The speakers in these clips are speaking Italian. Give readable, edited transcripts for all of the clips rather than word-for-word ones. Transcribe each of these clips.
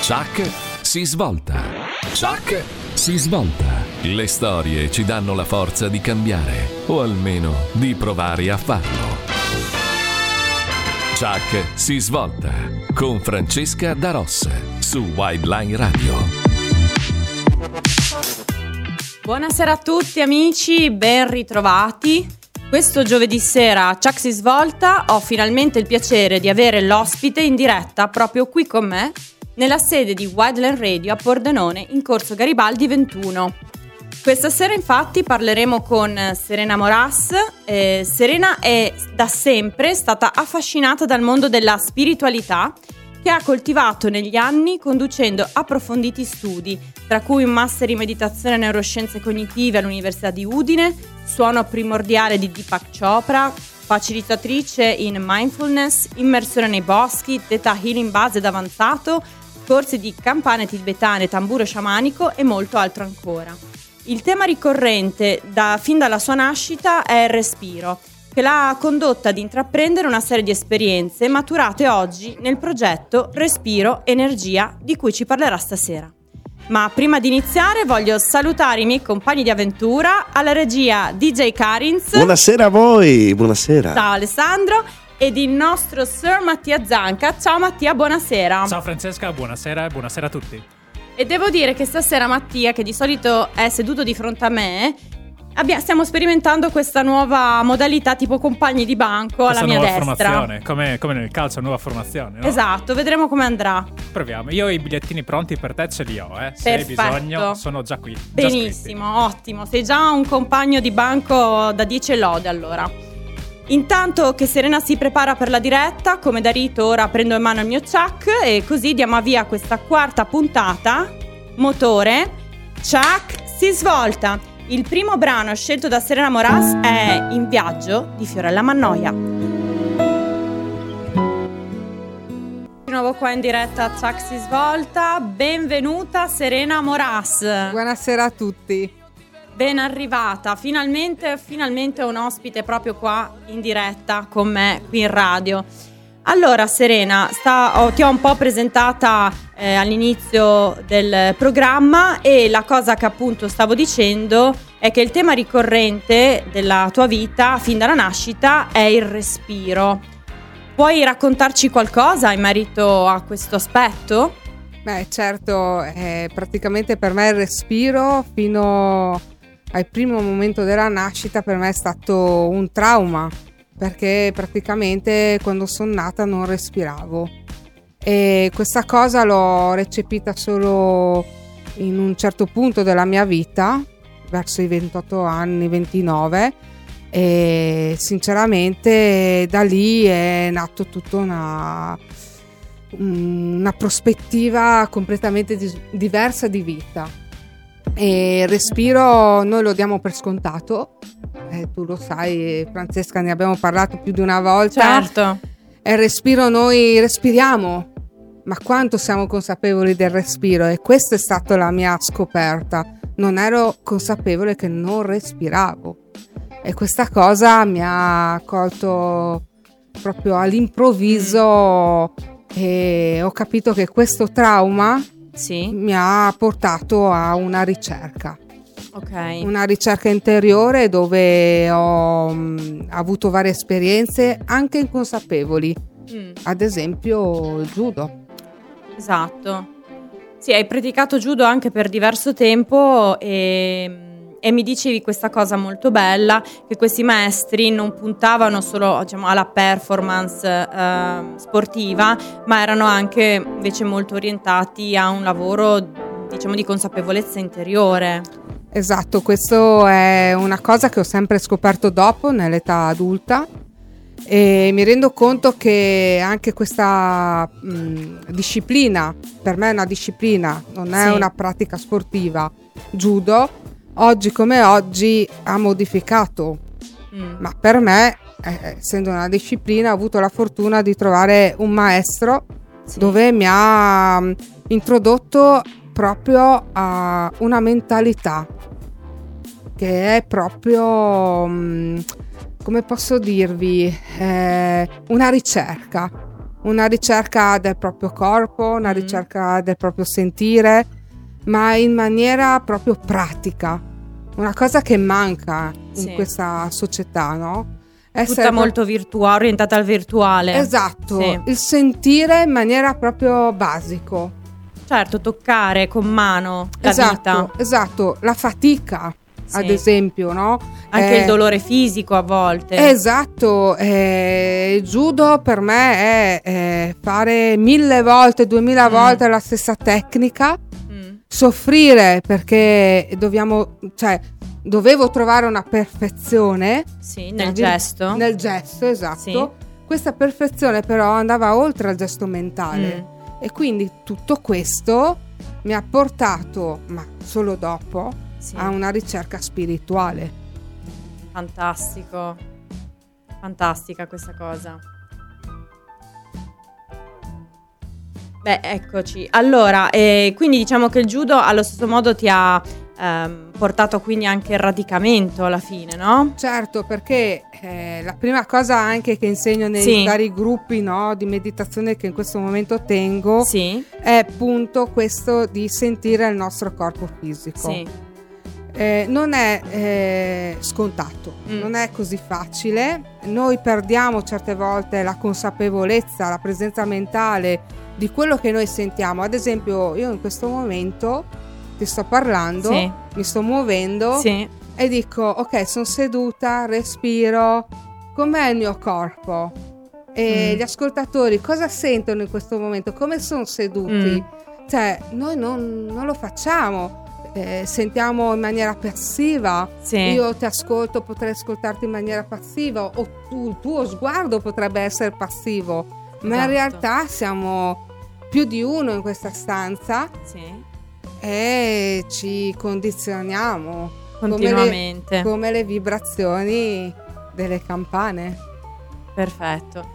Chuck si svolta. Chuck si svolta. Le storie ci danno la forza di cambiare, o almeno di provare a farlo. Chuck si svolta con Francesca Da Ross su Wildline Radio. Buonasera a tutti amici, ben ritrovati. Questo giovedì sera Chuck si svolta, ho finalmente il piacere di avere l'ospite in diretta proprio qui con me nella sede di Wildline Radio a Pordenone in corso Garibaldi 21. Questa sera infatti parleremo con Serena Moras. Serena è da sempre stata affascinata dal mondo della spiritualità che ha coltivato negli anni conducendo approfonditi studi, tra cui un master in meditazione e neuroscienze cognitive all'Università di Udine, suono primordiale di Deepak Chopra, facilitatrice in mindfulness, immersione nei boschi, theta healing base ed avanzato, corsi di campane tibetane, tamburo sciamanico e molto altro ancora. Il tema ricorrente fin dalla sua nascita è il respiro, che l'ha condotta ad intraprendere una serie di esperienze maturate oggi nel progetto Respiro Energia di cui ci parlerà stasera. Ma prima di iniziare voglio salutare i miei compagni di avventura, alla regia DJ Karins. Buonasera a voi, buonasera. Ciao Alessandro. Ed il nostro Sir Mattia Zanca. Ciao Mattia, buonasera. Ciao Francesca, buonasera e buonasera a tutti. E devo dire che stasera Mattia, che di solito è seduto di fronte a me, stiamo sperimentando questa nuova modalità tipo compagni di banco alla mia destra. Formazione, come nel calcio, nuova formazione, no? Esatto, vedremo come andrà. Proviamo, io i bigliettini pronti per te ce li ho, Se hai bisogno sono già qui. Benissimo, ottimo, sei già un compagno di banco da 10 lode allora. Intanto che Serena si prepara per la diretta, come da rito ora prendo in mano il mio Chuck e così diamo avvia a questa quarta puntata. Motore, Chuck si svolta. Il primo brano scelto da Serena Moras è In viaggio di Fiorella Mannoia. Di nuovo qua in diretta Chuck si svolta. Benvenuta Serena Moras. Buonasera a tutti. Ben arrivata, finalmente un ospite proprio qua in diretta con me qui in radio. Allora Serena, ti ho un po' presentata all'inizio del programma e la cosa che appunto stavo dicendo è che il tema ricorrente della tua vita fin dalla nascita è il respiro. Puoi raccontarci qualcosa in merito a questo aspetto? Beh, certo, praticamente per me il respiro fino al primo momento della nascita per me è stato un trauma, perché praticamente quando sono nata non respiravo e questa cosa l'ho recepita solo in un certo punto della mia vita, verso i 28 anni, 29, e sinceramente da lì è nato tutta una prospettiva completamente diversa di vita. E il respiro noi lo diamo per scontato, tu lo sai Francesca, ne abbiamo parlato più di una volta. Certo. E il respiro noi respiriamo, ma quanto siamo consapevoli del respiro? E questa è stata la mia scoperta, non ero consapevole che non respiravo e questa cosa mi ha colto proprio all'improvviso e ho capito che questo trauma mi ha portato a una ricerca. Okay. Una ricerca interiore dove ho avuto varie esperienze anche inconsapevoli, ad esempio il judo. Esatto. Sì, hai praticato judo anche per diverso tempo e mi dicevi questa cosa molto bella, che questi maestri non puntavano solo, diciamo, alla performance sportiva, ma erano anche invece molto orientati a un lavoro, diciamo, di consapevolezza interiore. Esatto, questo è una cosa che ho sempre scoperto dopo, nell'età adulta, e mi rendo conto che anche questa disciplina, per me è una disciplina, non è una pratica sportiva, judo, oggi come oggi ha modificato, ma per me, essendo una disciplina, ho avuto la fortuna di trovare un maestro dove mi ha introdotto proprio a una mentalità che è proprio, come posso dirvi, una ricerca. una ricerca del proprio corpo, una ricerca del proprio sentire, ma in maniera proprio pratica, una cosa che manca in questa società, no? Tutta molto orientata al virtuale. Esatto, il sentire in maniera proprio basico. Certo, toccare con mano la vita. Esatto, la fatica, ad esempio, no? Anche il dolore fisico a volte. Esatto, il judo per me è fare 1000 volte, 2000 volte la stessa tecnica, soffrire perché dovevo trovare una perfezione nel gesto. Nel gesto, esatto. Questa perfezione però andava oltre al gesto mentale e quindi tutto questo mi ha portato, ma solo dopo, a una ricerca spirituale. Fantastico, fantastica questa cosa. Beh, eccoci. Allora, quindi diciamo che il judo allo stesso modo ti ha portato quindi anche il radicamento alla fine, no? Certo, perché la prima cosa anche che insegno nei vari gruppi, no, di meditazione che in questo momento tengo è appunto questo di sentire il nostro corpo fisico. Non è scontato, non è così facile. Noi perdiamo certe volte la consapevolezza, la presenza mentale di quello che noi sentiamo. Ad esempio, io in questo momento ti sto parlando, mi sto muovendo e dico ok, sono seduta, respiro, com'è il mio corpo? E gli ascoltatori cosa sentono in questo momento? Come sono seduti? Cioè, noi non lo facciamo. Sentiamo in maniera passiva. Io ti ascolto, potrei ascoltarti in maniera passiva, o il tuo sguardo potrebbe essere passivo, ma in realtà siamo più di uno in questa stanza e ci condizioniamo continuamente come le vibrazioni delle campane. Perfetto.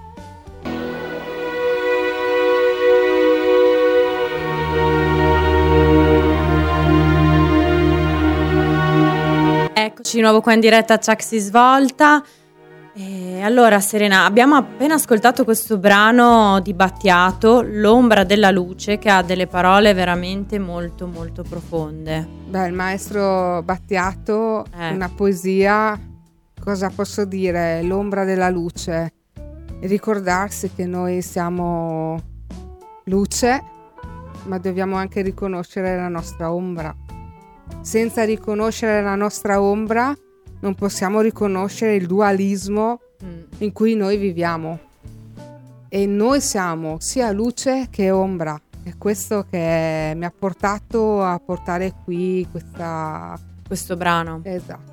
Eccoci di nuovo qua in diretta a Chuck si svolta. Allora Serena, abbiamo appena ascoltato questo brano di Battiato, L'ombra della luce, che ha delle parole veramente molto molto profonde. Beh, il maestro Battiato, una poesia, cosa posso dire? L'ombra della luce, ricordarsi che noi siamo luce, ma dobbiamo anche riconoscere la nostra ombra. Senza riconoscere la nostra ombra non possiamo riconoscere il dualismo in cui noi viviamo, e noi siamo sia luce che ombra. È questo che mi ha portato a portare qui questo brano. Esatto.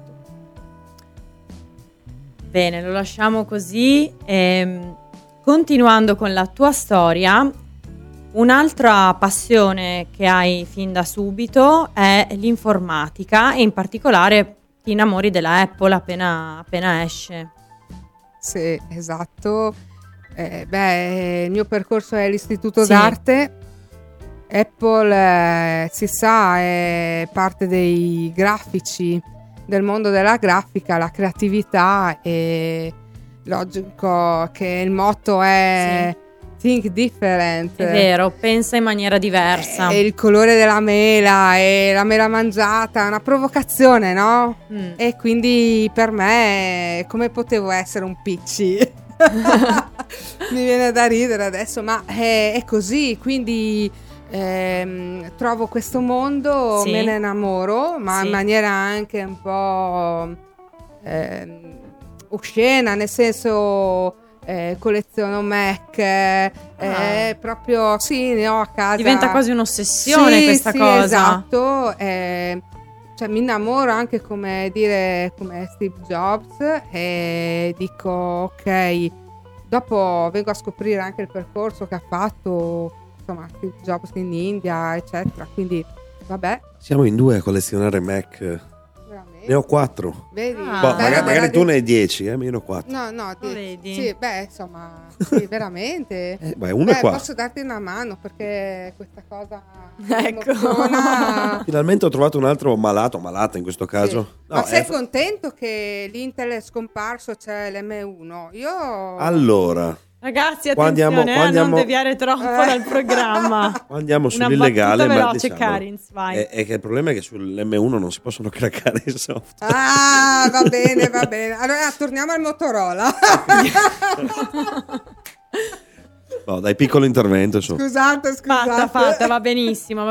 Bene, lo lasciamo così. Continuando con la tua storia, un'altra passione che hai fin da subito è l'informatica, e in particolare ti innamori della Apple appena esce. Sì, esatto. Il mio percorso è l'Istituto d'Arte. Apple, si sa, è parte dei grafici, del mondo della grafica, la creatività, e logico che il motto è think different. È vero, pensa in maniera diversa. E il colore della mela e la mela mangiata è una provocazione, no? E quindi per me, come potevo essere un picci? Mi viene da ridere adesso, ma è così. Quindi trovo questo mondo, me ne innamoro, ma in maniera anche un po' oscena, nel senso colleziono Mac, proprio ne ho a casa. Diventa quasi un'ossessione questa cosa. Esatto. Cioè, mi innamoro anche come Steve Jobs, e dico ok, dopo vengo a scoprire anche il percorso che ha fatto, insomma, Steve Jobs in India, eccetera. Quindi vabbè, siamo in 2 a collezionare Mac. Ne ho 4. Vedi? Magari tu ne hai 10, ma io ne ho 4. No, vedi? Sì, insomma, sì, veramente. Uno è qua. Posso darti una mano perché questa cosa ecco. Finalmente ho trovato un altro malata in questo caso. Sì. No, ma sei contento che l'Intel è scomparso, c'è l'M1? Io allora Ragazzi, attenzione a non deviare troppo dal programma. Andiamo sull'illegale, ma veloce, diciamo, Karins, vai. È che il problema è che sull'M1 non si possono craccare i software. Ah, va bene. Allora torniamo al Motorola. No, dai, piccolo intervento. Scusate. Fatta, va benissimo.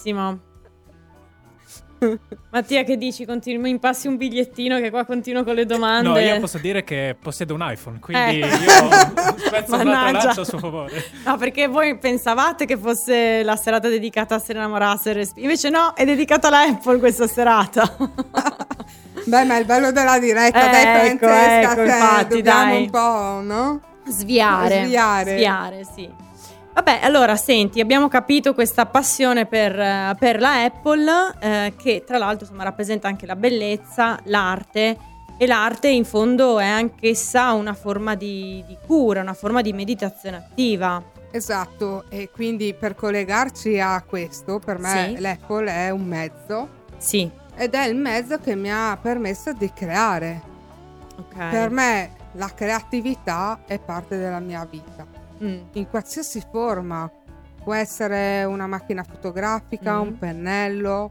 Mattia, che dici? Mi passi un bigliettino che qua continuo con le domande. No, io posso dire che possiedo un iPhone, quindi io spezzo un altro lancio a suo favore. No, perché voi pensavate che fosse la serata dedicata a Serena Morasser, invece no, è dedicata all'Apple questa serata. Beh, ma è il bello della diretta, dai Francesca, infatti, dobbiamo dai. un po', no? Sviare, sì. Vabbè, allora senti, abbiamo capito questa passione per la Apple, che tra l'altro insomma rappresenta anche la bellezza, l'arte, e l'arte in fondo è anch'essa una forma di cura, una forma di meditazione attiva. Esatto, e quindi per collegarci a questo, per me l'Apple è un mezzo. Sì. Ed è il mezzo che mi ha permesso di creare. Ok. Per me la creatività è parte della mia vita. In qualsiasi forma, può essere una macchina fotografica, un pennello,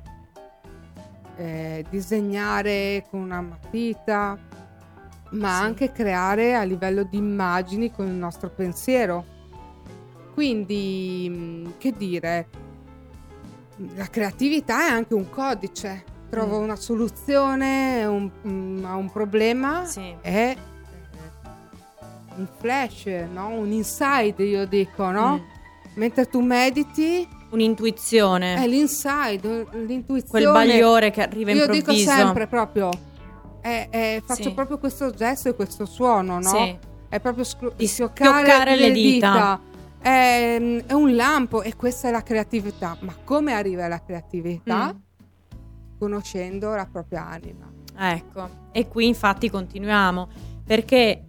disegnare con una matita, ma anche creare a livello di immagini con il nostro pensiero. Quindi, che dire, la creatività è anche un codice. Trovo una soluzione a un problema e un flash, no? Un insight, io dico, no? Mentre tu mediti, un'intuizione. È l'insight, l'intuizione. Quel bagliore che arriva improvviso. Io dico sempre proprio, faccio proprio questo gesto e questo suono, no? Sì. È proprio schioccare le dita. È un lampo, e questa è la creatività. Ma come arriva la creatività? Conoscendo la propria anima. Ecco, e qui infatti continuiamo, perché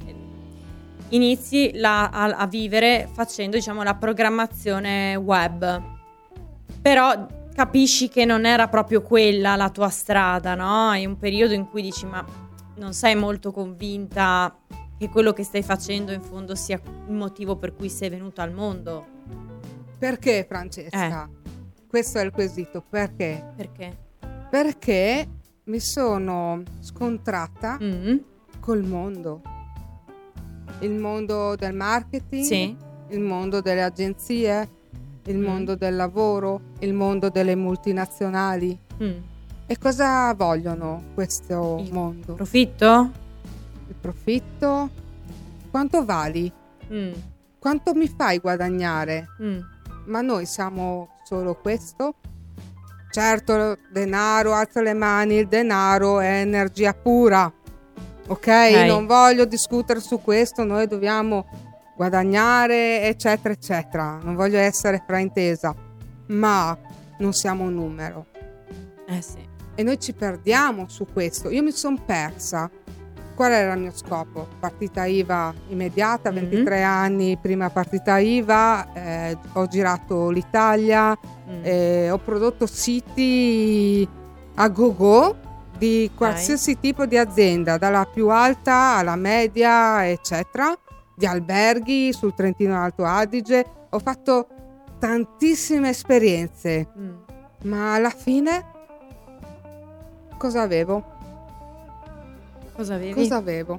inizi a vivere facendo, diciamo, la programmazione web, però capisci che non era proprio quella la tua strada, no? Hai un periodo in cui dici ma non sei molto convinta che quello che stai facendo in fondo sia il motivo per cui sei venuta al mondo. Perché, Francesca? Questo è il quesito, perché? Perché mi sono scontrata col mondo. Il mondo del marketing, il mondo delle agenzie, il mondo del lavoro, il mondo delle multinazionali. E cosa vogliono questo mondo? Profitto? Il profitto? Quanto vali? Quanto mi fai guadagnare? Ma noi siamo solo questo? Certo, denaro, alzo le mani, il denaro è energia pura. Ok, non voglio discutere su questo, noi dobbiamo guadagnare, eccetera, eccetera. Non voglio essere fraintesa, ma non siamo un numero. E noi ci perdiamo su questo. Io mi sono persa. Qual era il mio scopo? Partita IVA immediata, 23 anni, prima partita IVA, ho girato l'Italia, ho prodotto siti a go-go di qualsiasi tipo di azienda, dalla più alta alla media, eccetera, di alberghi sul Trentino Alto Adige. Ho fatto tantissime esperienze, ma alla fine cosa avevo? Cosa avevi? Cosa avevo?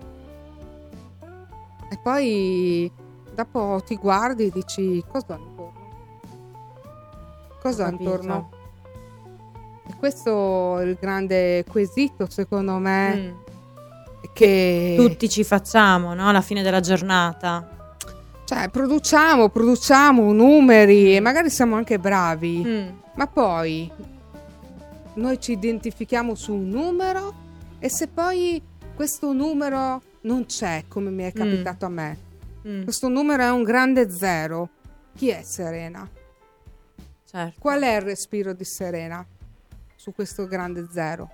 E poi dopo ti guardi e dici cosa intorno? Cosa intorno? E questo è il grande quesito, secondo me, che tutti ci facciamo, no? Alla fine della giornata. Cioè, produciamo numeri e magari siamo anche bravi, ma poi noi ci identifichiamo su un numero, e se poi questo numero non c'è, come mi è capitato a me, questo numero è un grande zero, chi è Serena? Certo. Qual è il respiro di Serena su questo grande zero?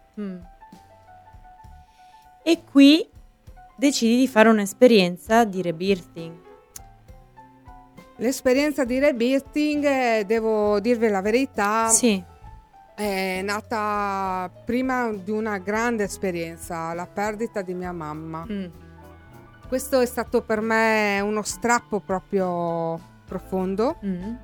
E qui decidi di fare un'esperienza di rebirthing. L'esperienza di rebirthing, devo dirvi la verità, è nata prima di una grande esperienza, la perdita di mia mamma. questo è stato per me uno strappo proprio profondo,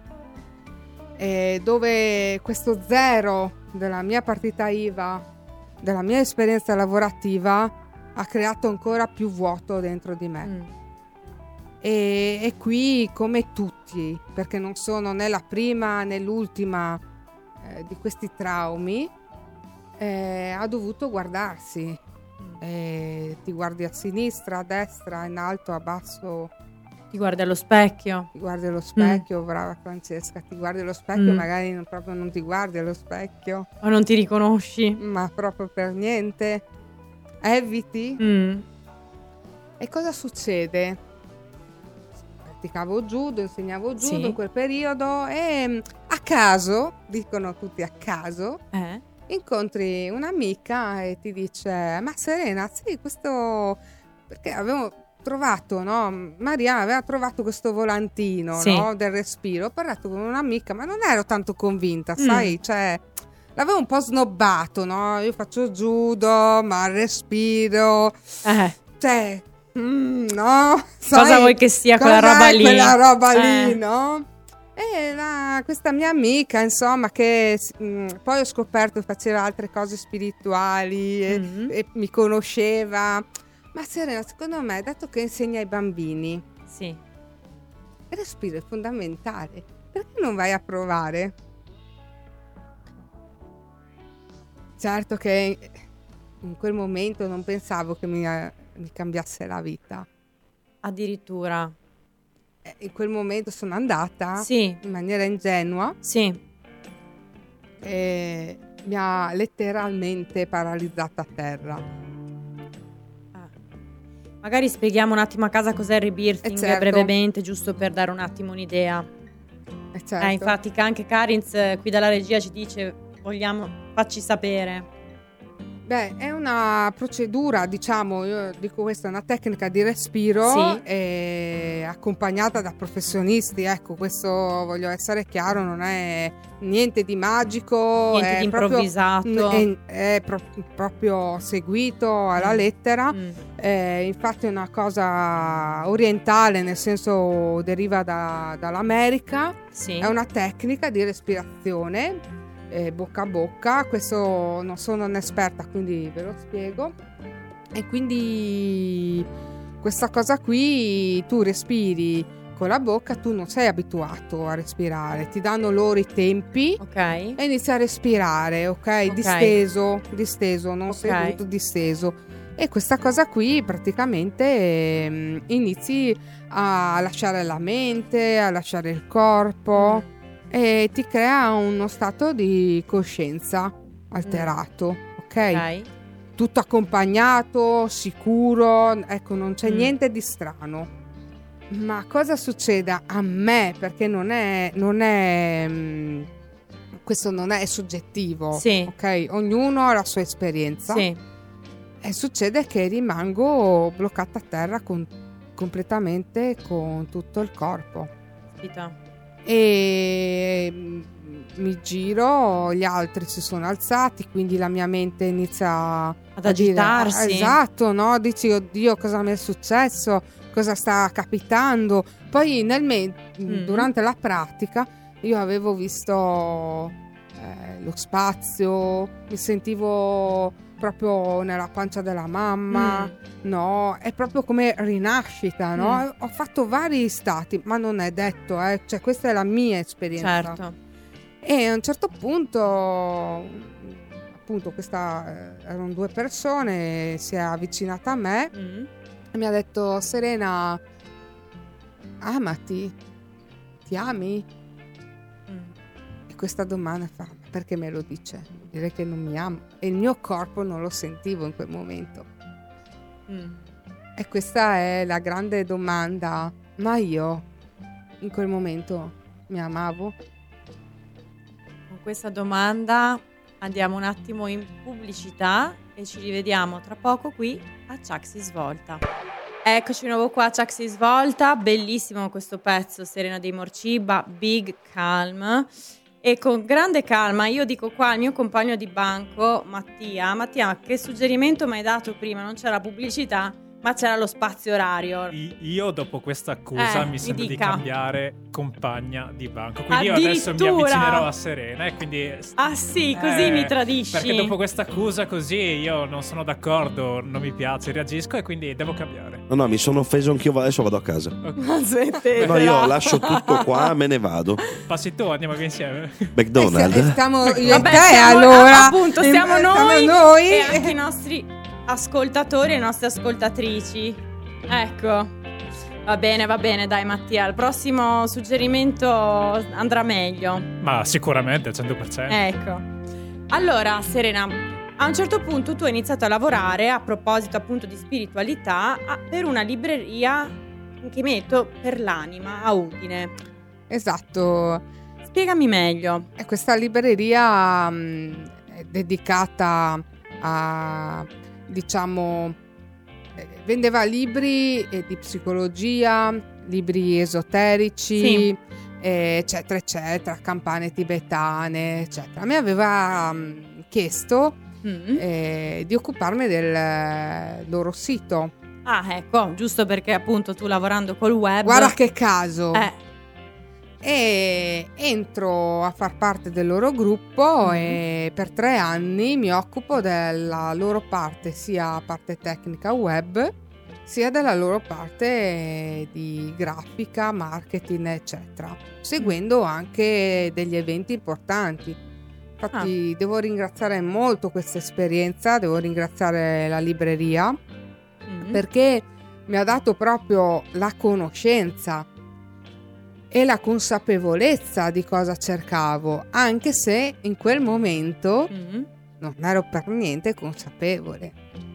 dove questo zero della mia partita IVA, della mia esperienza lavorativa, ha creato ancora più vuoto dentro di me. E qui, come tutti, perché non sono né la prima né l'ultima di questi traumi, ha dovuto guardarsi. Ti guardi a sinistra, a destra, in alto, a basso. Ti guardi allo specchio. Ti guardi allo specchio, brava Francesca. Ti guardi allo specchio, magari proprio non ti guardi allo specchio. O non ti riconosci. Ma proprio per niente. Eviti. E cosa succede? Praticavo judo, insegnavo judo in quel periodo e a caso, dicono tutti a caso, incontri un'amica e ti dice: ma Serena, sì, questo, perché avevo trovato, no? Maria aveva trovato questo volantino, no? Del respiro. Ho parlato con un'amica, ma non ero tanto convinta, sai, cioè l'avevo un po' snobbato, no? Io faccio judo, ma il respiro, cioè no, sai, cosa vuoi che sia quella roba lì? Quella roba lì, no? E questa mia amica, insomma, che poi ho scoperto faceva altre cose spirituali e mi conosceva. Ma Serena, secondo me, dato che insegna ai bambini, il respiro è fondamentale. Perché non vai a provare? Certo che in quel momento non pensavo che mi cambiasse la vita. Addirittura. In quel momento sono andata in maniera ingenua e mi ha letteralmente paralizzata a terra. Magari spieghiamo un attimo a casa cos'è il rebirthing brevemente, giusto per dare un attimo un'idea. Infatti anche Karins qui dalla regia ci dice: facci sapere. Beh, è una procedura, diciamo, io dico questa è una tecnica di respiro accompagnata da professionisti, ecco, questo voglio essere chiaro, non è niente di magico, niente di improvvisato, è proprio seguito alla lettera, infatti è una cosa orientale, nel senso deriva dall'America, è una tecnica di respirazione bocca a bocca. Questo non sono un'esperta, quindi ve lo spiego. E quindi questa cosa qui, tu respiri con la bocca, tu non sei abituato a respirare, ti danno loro i tempi e inizi a respirare, disteso, non seduto, disteso. E questa cosa qui praticamente inizi a lasciare la mente, a lasciare il corpo e ti crea uno stato di coscienza alterato, tutto accompagnato, sicuro, ecco, non c'è niente di strano. Ma cosa succede a me? Perché non è questo non è soggettivo, ognuno ha la sua esperienza, e succede che rimango bloccata a terra completamente con tutto il corpo. E mi giro, gli altri si sono alzati, quindi la mia mente inizia ad agitarsi. Esatto, no? Dici: oddio, cosa mi è successo? Cosa sta capitando? Poi durante la pratica io avevo visto lo spazio, mi sentivo proprio nella pancia della mamma, no? È proprio come rinascita, no? Ho fatto vari stati, ma non è detto, cioè questa è la mia esperienza. E a un certo punto, appunto, erano due persone, si è avvicinata a me e mi ha detto: Serena, amati, ti ami? E questa domanda fa: perché me lo dice? Dire che non mi amo. E il mio corpo non lo sentivo in quel momento. E questa è la grande domanda: ma io in quel momento mi amavo? Con questa domanda andiamo un attimo in pubblicità e ci rivediamo tra poco qui a Chuck si svolta. Eccoci di nuovo qua a Chuck si svolta, bellissimo questo pezzo, Serena dei Morciba, Big Calm. E con grande calma io dico qua al mio compagno di banco Mattia, che suggerimento mi hai dato prima? Non c'era pubblicità, Ma c'era lo spazio orario. Io dopo questa accusa mi sento di cambiare compagna di banco. Quindi io adesso mi avvicinerò a Serena e quindi... Ah sì, così mi tradisci. Perché dopo questa accusa così io non sono d'accordo, non mi piace, reagisco e quindi devo cambiare. No, mi sono offeso anch'io, adesso vado a casa. Okay. No, io lascio tutto qua, me ne vado. Passi tu, andiamo via insieme. McDonald's. Stiamo io Vabbè, e te allora. Appunto, stiamo noi e anche i nostri ascoltatori e le nostre ascoltatrici. Ecco. Va bene, dai Mattia, il prossimo suggerimento andrà meglio. Ma sicuramente, 100%. Ecco. Allora, Serena, a un certo punto tu hai iniziato a lavorare, a proposito appunto di spiritualità, per una libreria che metto per l'anima a Udine. Esatto. Spiegami meglio. Questa libreria è dedicata a, diciamo, vendeva libri di psicologia, libri esoterici, sì, eccetera, eccetera, campane tibetane, eccetera. Mi aveva chiesto di occuparmi del loro sito. Ah, ecco, giusto perché appunto tu lavorando col web... Guarda che caso! E entro a far parte del loro gruppo e per 3 anni mi occupo della loro parte, sia parte tecnica web, sia della loro parte di grafica, marketing, eccetera, seguendo anche degli eventi importanti. Infatti devo ringraziare molto questa esperienza, devo ringraziare la libreria perché mi ha dato proprio la conoscenza e la consapevolezza di cosa cercavo, anche se in quel momento non ero per niente consapevole.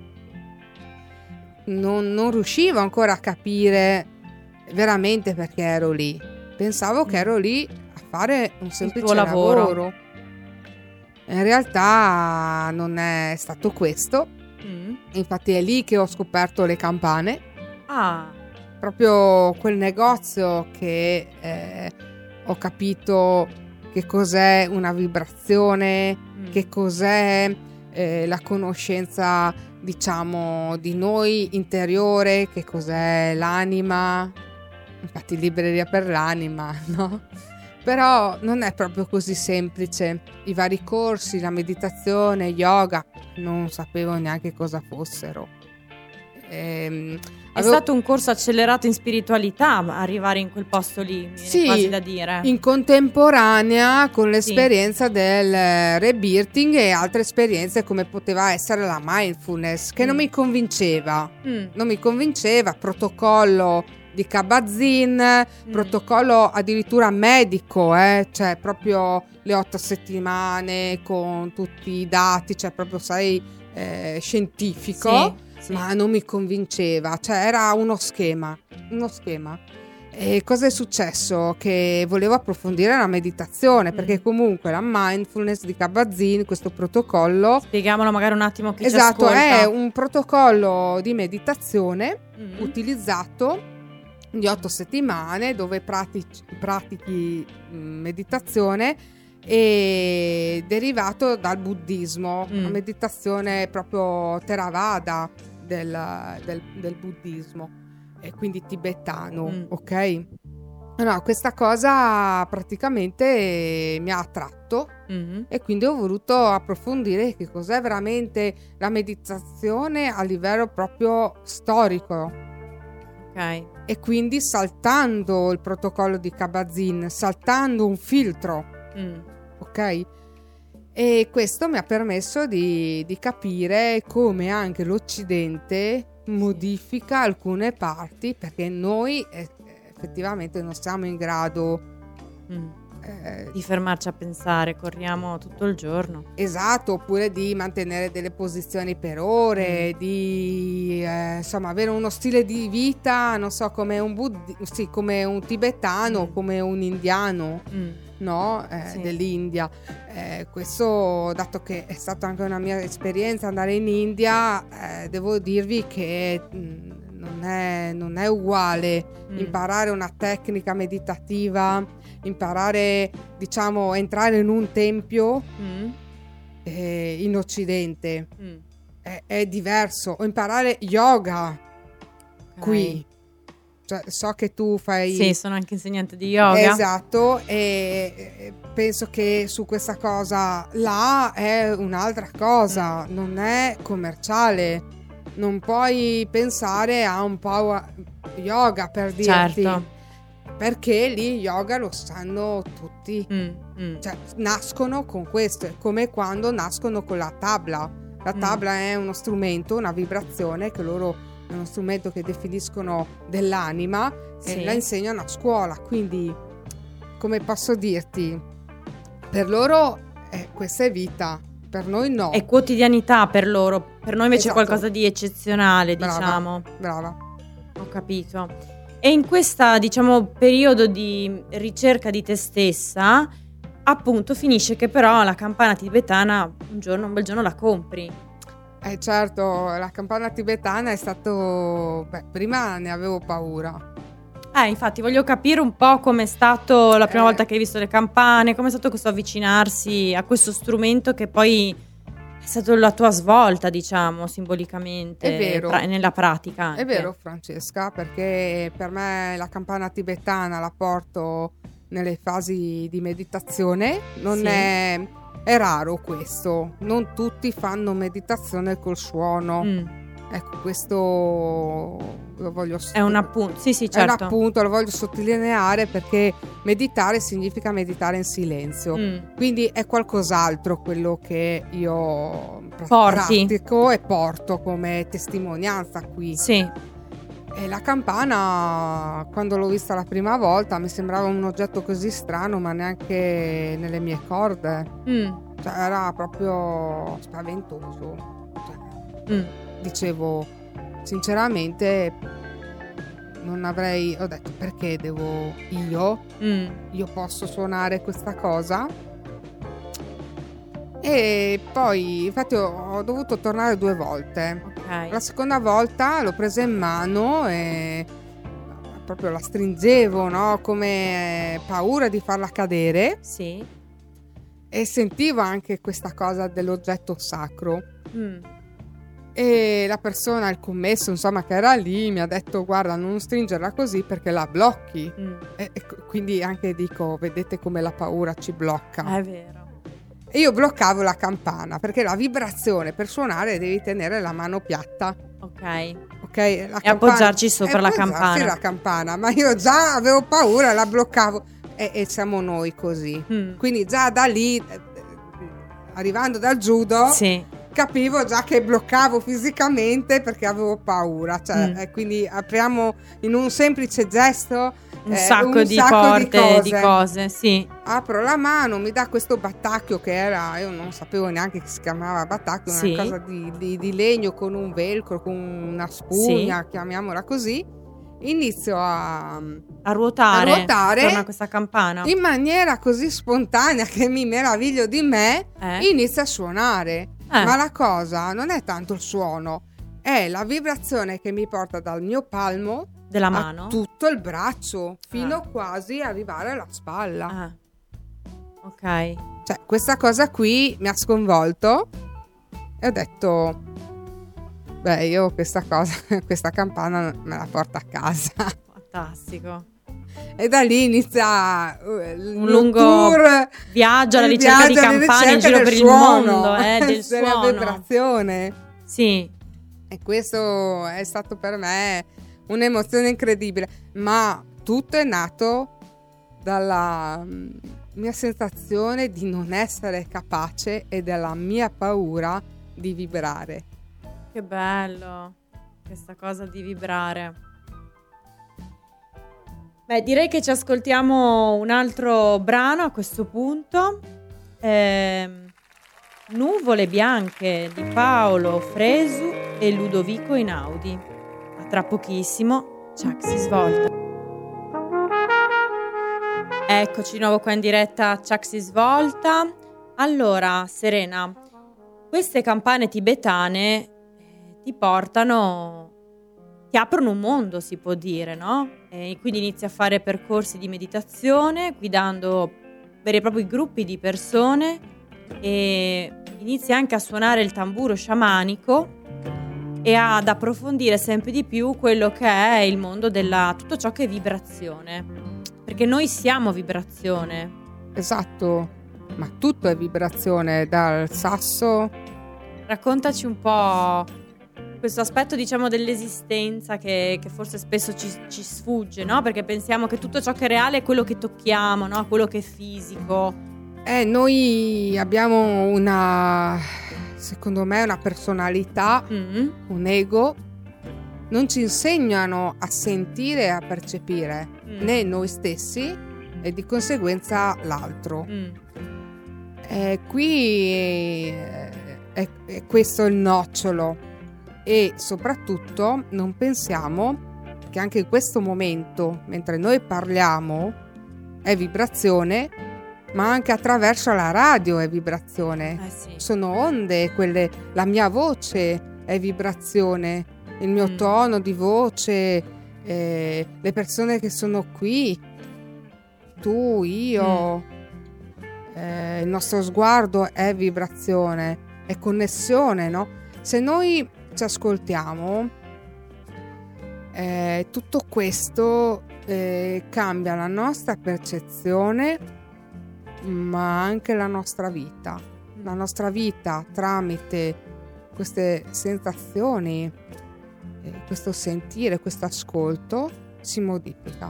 Non riuscivo ancora a capire veramente perché ero lì. Pensavo che ero lì a fare un semplice lavoro. In realtà non è stato questo. Infatti è lì che ho scoperto le campane. Proprio quel negozio che ho capito che cos'è una vibrazione, che cos'è la conoscenza, diciamo, di noi interiore, che cos'è l'anima. Infatti libreria per l'anima, no? Però non è proprio così semplice. I vari corsi, la meditazione, yoga, non sapevo neanche cosa fossero. È stato un corso accelerato in spiritualità arrivare in quel posto lì, sì, quasi da dire. In contemporanea con l'esperienza del rebirthing e altre esperienze come poteva essere la mindfulness, che non mi convinceva. Non mi convinceva, protocollo di Kabat-Zinn, protocollo addirittura medico, cioè proprio le 8 settimane con tutti i dati, cioè proprio scientifico. Sì. Ma non mi convinceva, cioè era uno schema. E cosa è successo? Che volevo approfondire la meditazione, perché comunque la mindfulness di Kabat-Zinn, questo protocollo, spieghiamolo magari un attimo chi ci ascolta. È un protocollo di meditazione utilizzato di 8 settimane dove pratichi meditazione, e derivato dal buddismo, una meditazione proprio Theravada del buddismo, e quindi tibetano, ok? No, questa cosa praticamente mi ha attratto e quindi ho voluto approfondire che cos'è veramente la meditazione a livello proprio storico. Ok. E quindi saltando il protocollo di Kabat-Zinn, saltando un filtro, ok? E questo mi ha permesso di capire come anche l'Occidente modifica alcune parti, perché noi effettivamente non siamo in grado di fermarci a pensare, corriamo tutto il giorno. Esatto, oppure di mantenere delle posizioni per ore, di insomma avere uno stile di vita, non so, come come un tibetano, come un indiano, no? Sì. Dell'India. Questo, dato che è stata anche una mia esperienza andare in India, devo dirvi che non è uguale imparare una tecnica meditativa, imparare, diciamo, entrare in un tempio in Occidente. È diverso, o imparare yoga qui. Cioè, so che tu fai... Sì, sono anche insegnante di yoga. Esatto, e penso che su questa cosa là è un'altra cosa, non è commerciale. Non puoi pensare a un power yoga, per dirti. Certo. Perché lì yoga lo sanno tutti. Cioè, nascono con questo, è come quando nascono con la tabla. La tabla è uno strumento, una vibrazione che loro... è uno strumento che definiscono dell'anima e la insegnano a scuola, quindi come posso dirti, per loro questa è vita, per noi no, è quotidianità per loro, per noi invece esatto. è qualcosa di eccezionale. Brava. Ho capito. E in questa, diciamo, periodo di ricerca di te stessa, appunto finisce che però la campana tibetana un bel giorno la compri. Certo, la campana tibetana è stato... prima ne avevo paura. Infatti voglio capire un po' com'è stato la prima volta che hai visto le campane, com'è stato questo avvicinarsi a questo strumento che poi è stato la tua svolta, diciamo, simbolicamente. È vero. Nella pratica anche. È vero, Francesca, perché per me la campana tibetana la porto nelle fasi di meditazione, non è raro questo, non tutti fanno meditazione col suono. Ecco, questo lo voglio è un appunto, sì, certo. È un appunto, lo voglio sottolineare perché meditare significa meditare in silenzio. Quindi è qualcos'altro quello che io pratico e porto come testimonianza qui. Sì. E la campana, quando l'ho vista la prima volta, mi sembrava un oggetto così strano, ma neanche nelle mie corde. Cioè, era proprio spaventoso. Dicevo, sinceramente, non avrei... Ho detto, perché devo io posso suonare questa cosa? E poi, infatti, ho dovuto tornare 2 volte. La seconda volta l'ho presa in mano e proprio la stringevo, no? Come paura di farla cadere. Sì. E sentivo anche questa cosa dell'oggetto sacro. E la persona, il commesso, insomma, che era lì, mi ha detto: guarda, non stringerla così perché la blocchi. E quindi anche dico, vedete come la paura ci blocca. È vero. E io bloccavo la campana perché la vibrazione per suonare devi tenere la mano piatta. Ok, e appoggiarci sopra la campana. Sì, la campana, ma io già avevo paura, la bloccavo e siamo noi così. Quindi già da lì, arrivando dal judo, capivo già che bloccavo fisicamente perché avevo paura. Cioè, quindi apriamo in un semplice gesto un sacco di porte, di cose, sì. Apro la mano, mi dà questo battacchio che era, io non sapevo neanche che si chiamava battacchio, una cosa di legno con un velcro, con una spugna, chiamiamola così. Inizio a ruotare attorno a questa campana in maniera così spontanea che mi meraviglio di me. Inizio a suonare, ma la cosa non è tanto il suono, è la vibrazione che mi porta dal mio palmo della mano a tutto il braccio fino quasi a arrivare alla spalla. Ok. Cioè, questa cosa qui mi ha sconvolto e ho detto: beh, io questa campana me la porto a casa. Fantastico. E da lì inizia un lungo viaggio alla ricerca di campane in giro per il mondo, del suono, della vibrazione. Sì. E questo è stato per me un'emozione incredibile, ma tutto è nato dalla mia sensazione di non essere capace e dalla mia paura di vibrare. Che bello questa cosa di vibrare. Beh, direi che ci ascoltiamo un altro brano a questo punto. Nuvole bianche di Paolo Fresu e Ludovico Einaudi. A tra pochissimo, Chuck si svolta. Eccoci di nuovo qua in diretta, Chuck si svolta. Allora, Serena, queste campane tibetane ti aprono un mondo, si può dire, no? E quindi inizi a fare percorsi di meditazione, guidando veri e propri gruppi di persone, e inizi anche a suonare il tamburo sciamanico e ad approfondire sempre di più quello che è il mondo tutto ciò che è vibrazione, perché noi siamo vibrazione. Esatto, ma tutto è vibrazione, dal sasso. Raccontaci un po' questo aspetto, diciamo, dell'esistenza che forse spesso ci sfugge, no? Perché pensiamo che tutto ciò che è reale è quello che tocchiamo, no? Quello che è fisico. Noi abbiamo secondo me una personalità, un ego. Non ci insegnano a sentire e a percepire né noi stessi e di conseguenza l'altro. Qui è questo il nocciolo, e soprattutto non pensiamo che anche in questo momento, mentre noi parliamo, è vibrazione, ma anche attraverso la radio è vibrazione. Sì. Sono onde quelle, la mia voce è vibrazione, il mio tono di voce, le persone che sono qui, tu, io, il nostro sguardo è vibrazione, è connessione, no? Se noi ci ascoltiamo, tutto questo cambia la nostra percezione, ma anche la nostra vita. La nostra vita tramite queste sensazioni, questo sentire, questo ascolto si modifica.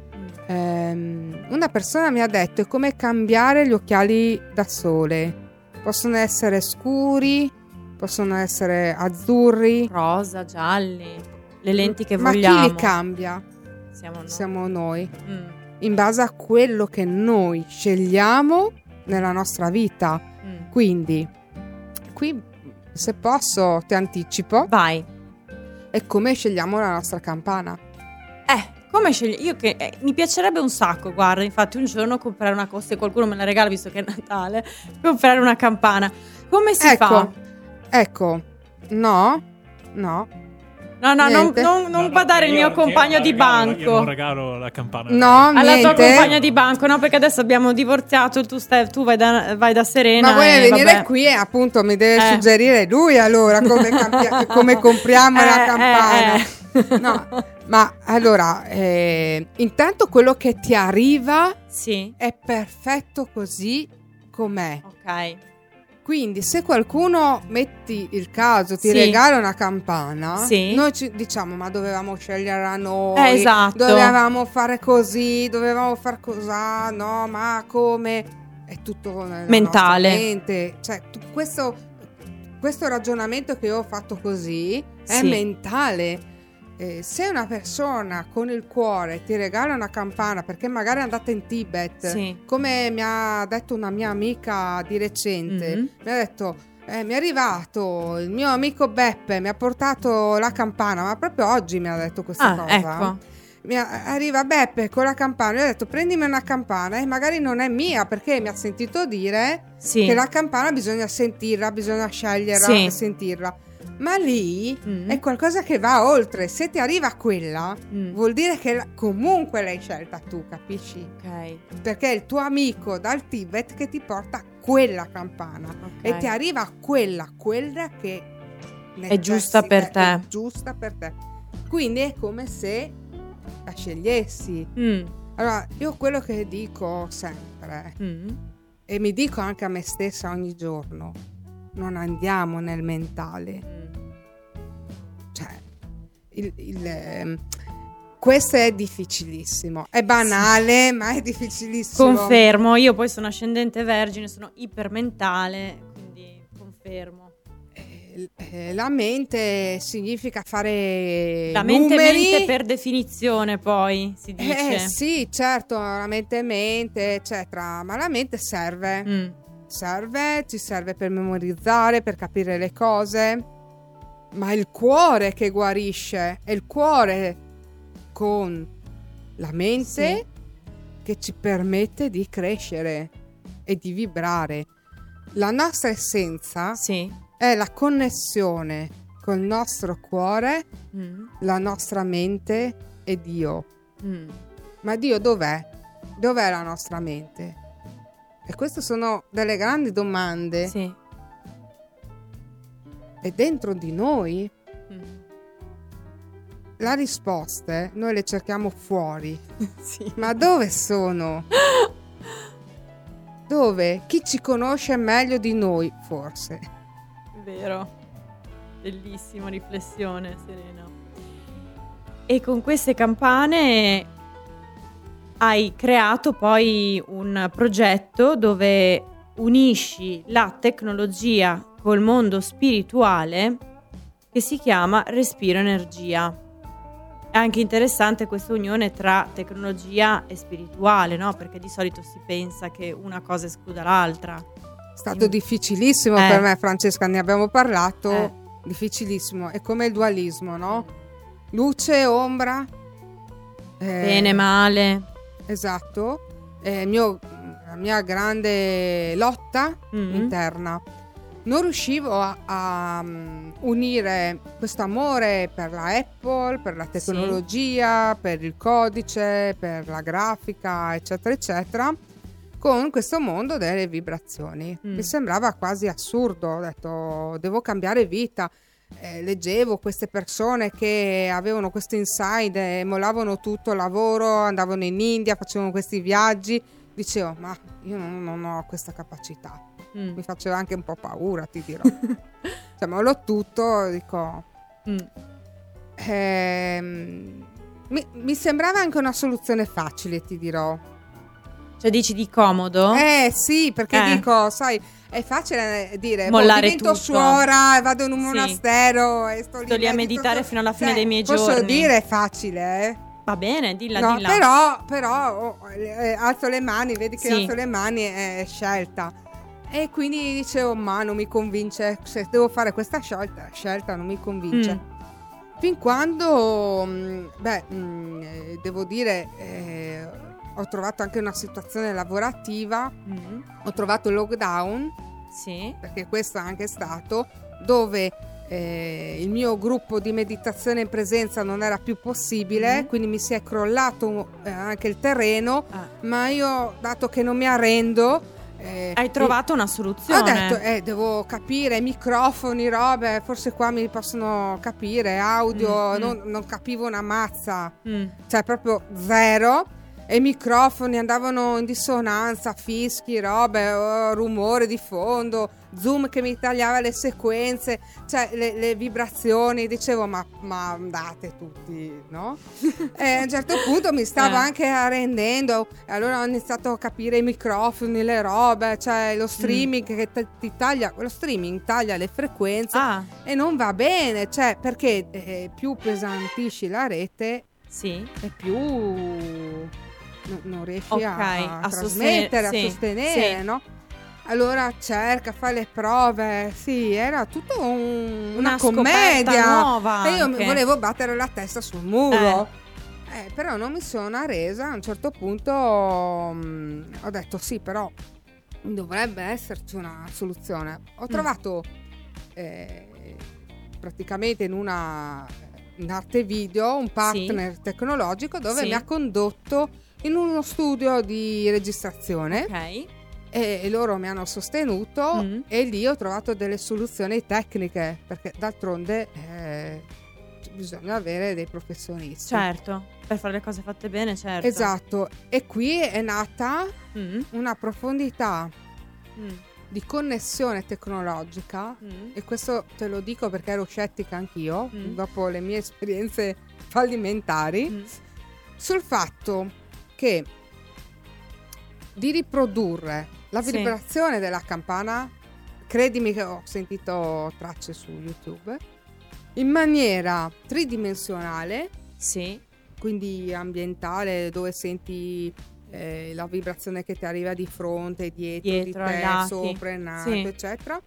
Una persona mi ha detto: è come cambiare gli occhiali da sole. Possono essere scuri, possono essere azzurri, rosa, gialli, le lenti che vogliamo. Ma chi li cambia? Siamo noi. In base a quello che noi scegliamo nella nostra vita. Quindi, qui, se posso, ti anticipo. Vai. È come scegliamo la nostra campana. Come io che mi piacerebbe un sacco, guarda, infatti un giorno comprare una cosa, se qualcuno me la regala visto che è Natale, comprare una campana. Come si fa? Ecco, no. No, non badare il mio compagno di banco. Io non regalo la campana. No, alla niente. tua compagna di banco, no, perché adesso abbiamo divorziato, tu vai da Serena. Ma vuoi venire qui e appunto mi deve suggerire lui allora come compriamo la campana. No, ma allora, intanto quello che ti arriva è perfetto così com'è. Ok. Quindi se qualcuno, metti il caso, ti regala una campana, noi ci diciamo: ma dovevamo sceglierla noi, esatto, dovevamo fare così, dovevamo far cos'ha, no, ma come? È tutto nella mentale. nostra mente. Cioè, questo ragionamento che io ho fatto così è mentale. Se una persona con il cuore ti regala una campana perché magari è andata in Tibet, come mi ha detto una mia amica di recente, mi ha detto: mi è arrivato il mio amico Beppe, mi ha portato la campana, ma proprio oggi mi ha detto questa cosa. Ecco. Arriva Beppe con la campana, io ho detto: prendimi una campana, e magari non è mia perché mi ha sentito dire che la campana bisogna sentirla, bisogna sceglierla e sentirla. Ma lì è qualcosa che va oltre. Se ti arriva quella, vuol dire che comunque l'hai scelta tu, capisci? Ok. Perché è il tuo amico dal Tibet che ti porta quella campana, e ti arriva quella che è giusta per te. È giusta per te. Quindi è come se la scegliessi. Allora, io quello che dico sempre, e mi dico anche a me stessa ogni giorno: non andiamo nel mentale. Cioè, questo è difficilissimo, è banale, ma è difficilissimo. Confermo, io poi sono ascendente vergine, sono ipermentale, quindi confermo. La mente significa fare la numeri. Mente per definizione, poi si dice. Sì, certo, la mente, eccetera, ma la mente serve. Ci serve per memorizzare, per capire le cose, ma è il cuore che guarisce, è il cuore con la mente che ci permette di crescere e di vibrare. La nostra essenza è la connessione col nostro cuore, la nostra mente e Dio. Ma Dio dov'è? Dov'è la nostra mente? E queste sono delle grandi domande. È dentro di noi? le risposte noi le cerchiamo fuori. Sì. Ma dove sono? Dove? Chi ci conosce meglio di noi, forse. Vero. Bellissima riflessione, Serena. E con queste campane hai creato poi un progetto dove unisci la tecnologia col mondo spirituale, che si chiama Respiro Energia. È anche interessante questa unione tra tecnologia e spirituale, no? Perché di solito si pensa che una cosa escluda l'altra. È stato difficilissimo per me, Francesca, ne abbiamo parlato. Difficilissimo. È come il dualismo, no? Luce, ombra. Bene, male. Esatto. La mia grande lotta interna. Non riuscivo a unire questo amore per la Apple, per la tecnologia, per il codice, per la grafica, eccetera, eccetera, con questo mondo delle vibrazioni. Mi sembrava quasi assurdo. Ho detto, devo cambiare vita. Leggevo queste persone che avevano questo insight e mollavano tutto il lavoro, andavano in India, facevano questi viaggi. Dicevo, ma io non ho questa capacità. Mi faceva anche un po' paura, ti dirò. Cioè, mollo tutto, dico. Mi sembrava anche una soluzione facile, ti dirò. Cioè, dici di comodo? Sì, perché dico, sai, è facile dire, mollare divento tutto. suora, vado in un monastero e sto lì a meditare fino alla fine dei miei giorni. Posso dire è facile, Va bene, dilla. però alzo le mani, vedi che alzo le mani, è scelta. E quindi dicevo, ma non mi convince, se devo fare questa scelta non mi convince. Fin quando, devo dire, ho trovato anche una situazione lavorativa, ho trovato il lockdown, perché questo è anche stato, dove il mio gruppo di meditazione in presenza non era più possibile, quindi mi si è crollato anche il terreno, ma io, dato che non mi arrendo, hai trovato una soluzione. Ho detto, devo capire microfoni, robe, forse qua mi possono capire, audio, non capivo una mazza, cioè proprio zero. E i microfoni andavano in dissonanza, fischi, robe, rumore di fondo, Zoom che mi tagliava le sequenze, cioè le vibrazioni. Dicevo, ma andate tutti, no? E a un certo punto mi stavo anche arrendendo, e allora ho iniziato a capire i microfoni, le robe, cioè lo streaming che ti taglia, lo streaming taglia le frequenze e non va bene, cioè perché più pesantisci la rete e più non riesci a trasmettere, a sostenere, no? Allora cerca, fa le prove, era tutto una commedia nuova, e io volevo battere la testa sul muro, però non mi sono arresa. A un certo punto ho detto però dovrebbe esserci una soluzione. Ho trovato praticamente in arte video un partner tecnologico dove mi ha condotto in uno studio di registrazione, e loro mi hanno sostenuto, e lì ho trovato delle soluzioni tecniche, perché d'altronde bisogna avere dei professionisti, certo, per fare le cose fatte bene, certo. Esatto. E qui è nata una profondità di connessione tecnologica, e questo te lo dico perché ero scettica anch'io dopo le mie esperienze fallimentari, sul fatto che di riprodurre la vibrazione della campana, credimi che ho sentito tracce su YouTube, in maniera tridimensionale, quindi ambientale, dove senti la vibrazione che ti arriva di fronte, dietro di te, sopra, in alto, eccetera,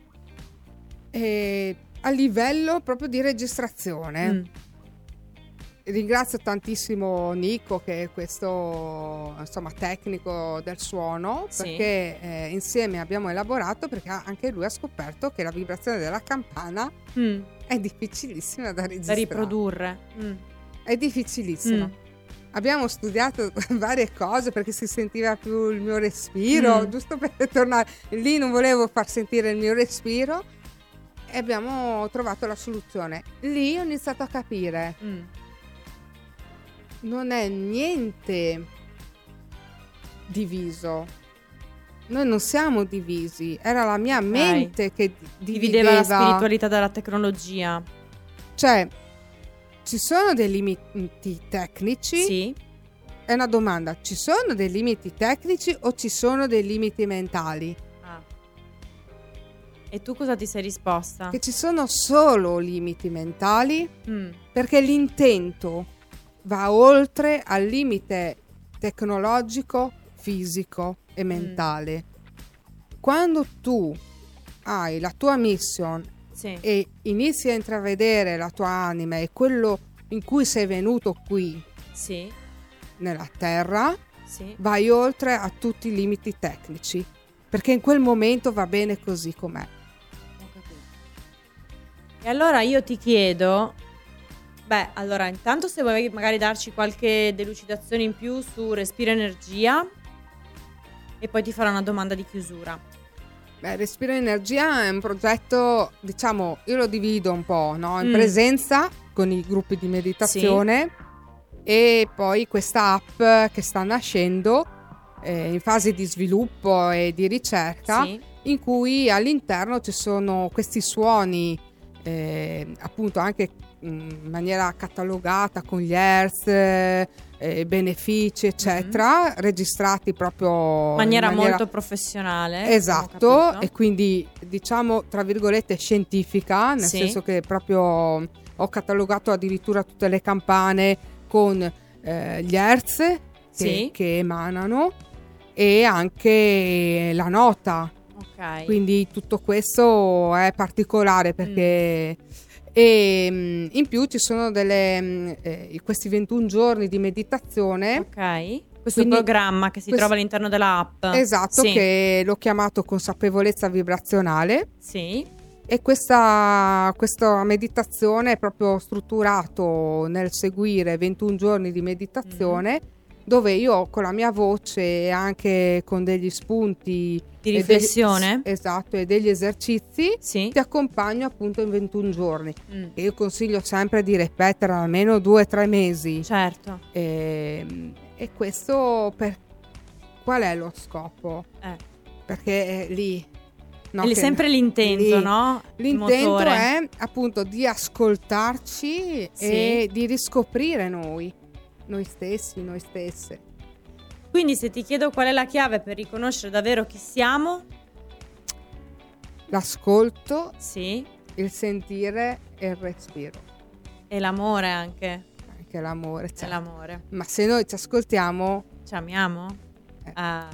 e a livello proprio di registrazione. Ringrazio tantissimo Nico, che è questo tecnico del suono, perché insieme abbiamo elaborato, perché anche lui ha scoperto che la vibrazione della campana è difficilissima da registrare, da riprodurre. È difficilissima. Abbiamo studiato varie cose, perché si sentiva più il mio respiro, giusto per tornare lì, non volevo far sentire il mio respiro, e abbiamo trovato la soluzione. Lì ho iniziato a capire non è niente diviso. Noi non siamo divisi, era la mia mente che divideva la spiritualità dalla tecnologia. Cioè, ci sono dei limiti tecnici? Sì. È una domanda, ci sono dei limiti tecnici o ci sono dei limiti mentali? E tu cosa ti sei risposta? Che ci sono solo limiti mentali, perché l'intento va oltre al limite tecnologico, fisico e mentale. Quando tu hai la tua mission e inizi a intravedere la tua anima e quello in cui sei venuto qui nella terra, vai oltre a tutti i limiti tecnici, perché in quel momento va bene così com'è. E allora io ti chiedo, allora intanto se vuoi magari darci qualche delucidazione in più su Respiro Energia e poi ti farò una domanda di chiusura. Respiro Energia è un progetto, diciamo, io lo divido un po', no? In presenza con i gruppi di meditazione e poi questa app che sta nascendo in fase di sviluppo e di ricerca, in cui all'interno ci sono questi suoni appunto anche in maniera catalogata con gli hertz, benefici eccetera, registrati proprio in maniera molto professionale. Esatto, e quindi diciamo tra virgolette scientifica, nel senso che proprio ho catalogato addirittura tutte le campane con gli hertz che emanano e anche la nota. Quindi tutto questo è particolare perché e in più ci sono questi 21 giorni di meditazione. Questo programma che si trova all'interno dell'app. Esatto, che l'ho chiamato consapevolezza vibrazionale. E questa meditazione è proprio strutturato nel seguire 21 giorni di meditazione, dove io con la mia voce e anche con degli spunti di riflessione e degli esercizi ti accompagno appunto in 21 giorni che io consiglio sempre di ripetere almeno 2-3 mesi. E questo qual è lo scopo? Perché lì è sempre l'intento, no? L'intento è appunto di ascoltarci e di riscoprire noi stessi, noi stesse. Quindi se ti chiedo qual è la chiave per riconoscere davvero chi siamo? L'ascolto, il sentire e il respiro. E l'amore anche. Anche l'amore. C'è l'amore. Ma se noi ci ascoltiamo... Ci amiamo? Ecco.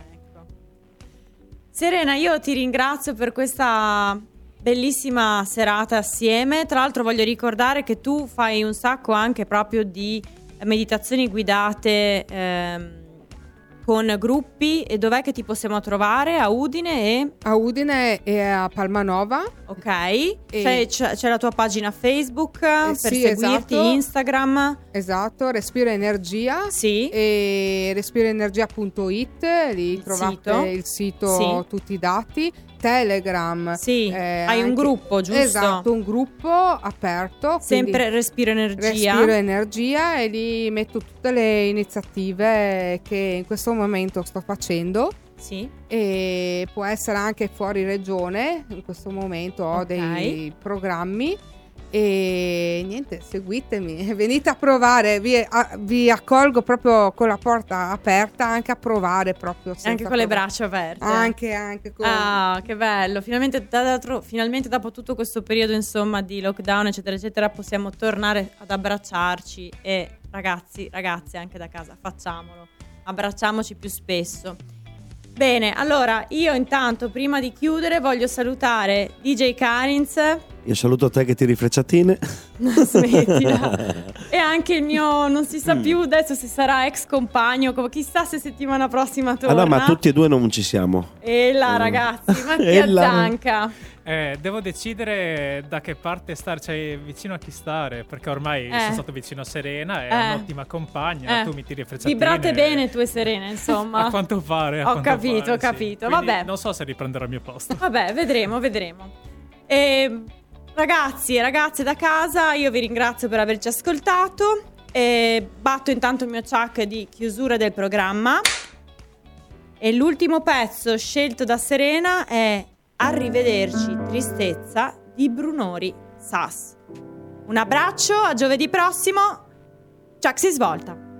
Serena, io ti ringrazio per questa bellissima serata assieme. Tra l'altro voglio ricordare che tu fai un sacco anche proprio di meditazioni guidate con gruppi. E dov'è che ti possiamo trovare? A Udine e a Palmanova. C'è la tua pagina Facebook per seguirti, Instagram. Esatto, Respiro Energia e respiroenergia.it, lì trovate il sito, tutti i dati. Telegram, hai un gruppo, giusto? Esatto, un gruppo aperto, sempre Respiro Energia, e lì metto tutte le iniziative che in questo momento sto facendo. E può essere anche fuori regione, in questo momento ho dei programmi. E niente, seguitemi, venite a provare, vi accolgo proprio con la porta aperta, anche a provare proprio, anche con le braccia aperte, anche con... che bello, finalmente dopo tutto questo periodo insomma di lockdown eccetera eccetera possiamo tornare ad abbracciarci. E ragazzi anche da casa facciamolo, abbracciamoci più spesso. Bene, allora io intanto prima di chiudere voglio salutare DJ Karinz. Io saluto te che tiri frecciatine. Non smettila. E anche il mio, non si sa più adesso se sarà ex compagno, chissà se settimana prossima torna. Ma tutti e due non ci siamo. E là ragazzi, Mattia Zanca. Devo decidere da che parte starci, vicino a chi stare, perché ormai sono stato vicino a Serena, è un'ottima compagna, tu mi tiri frecciatine. Vibrate bene tu e Serena, insomma. A quanto pare. Ho capito. Vabbè. Non so se riprenderò il mio posto. Vabbè, vedremo. Ragazzi e ragazze da casa, io vi ringrazio per averci ascoltato. e batto intanto il mio ciak di chiusura del programma. E l'ultimo pezzo scelto da Serena è Arrivederci tristezza di Brunori Sass. Un abbraccio, a giovedì prossimo. Ciak si svolta.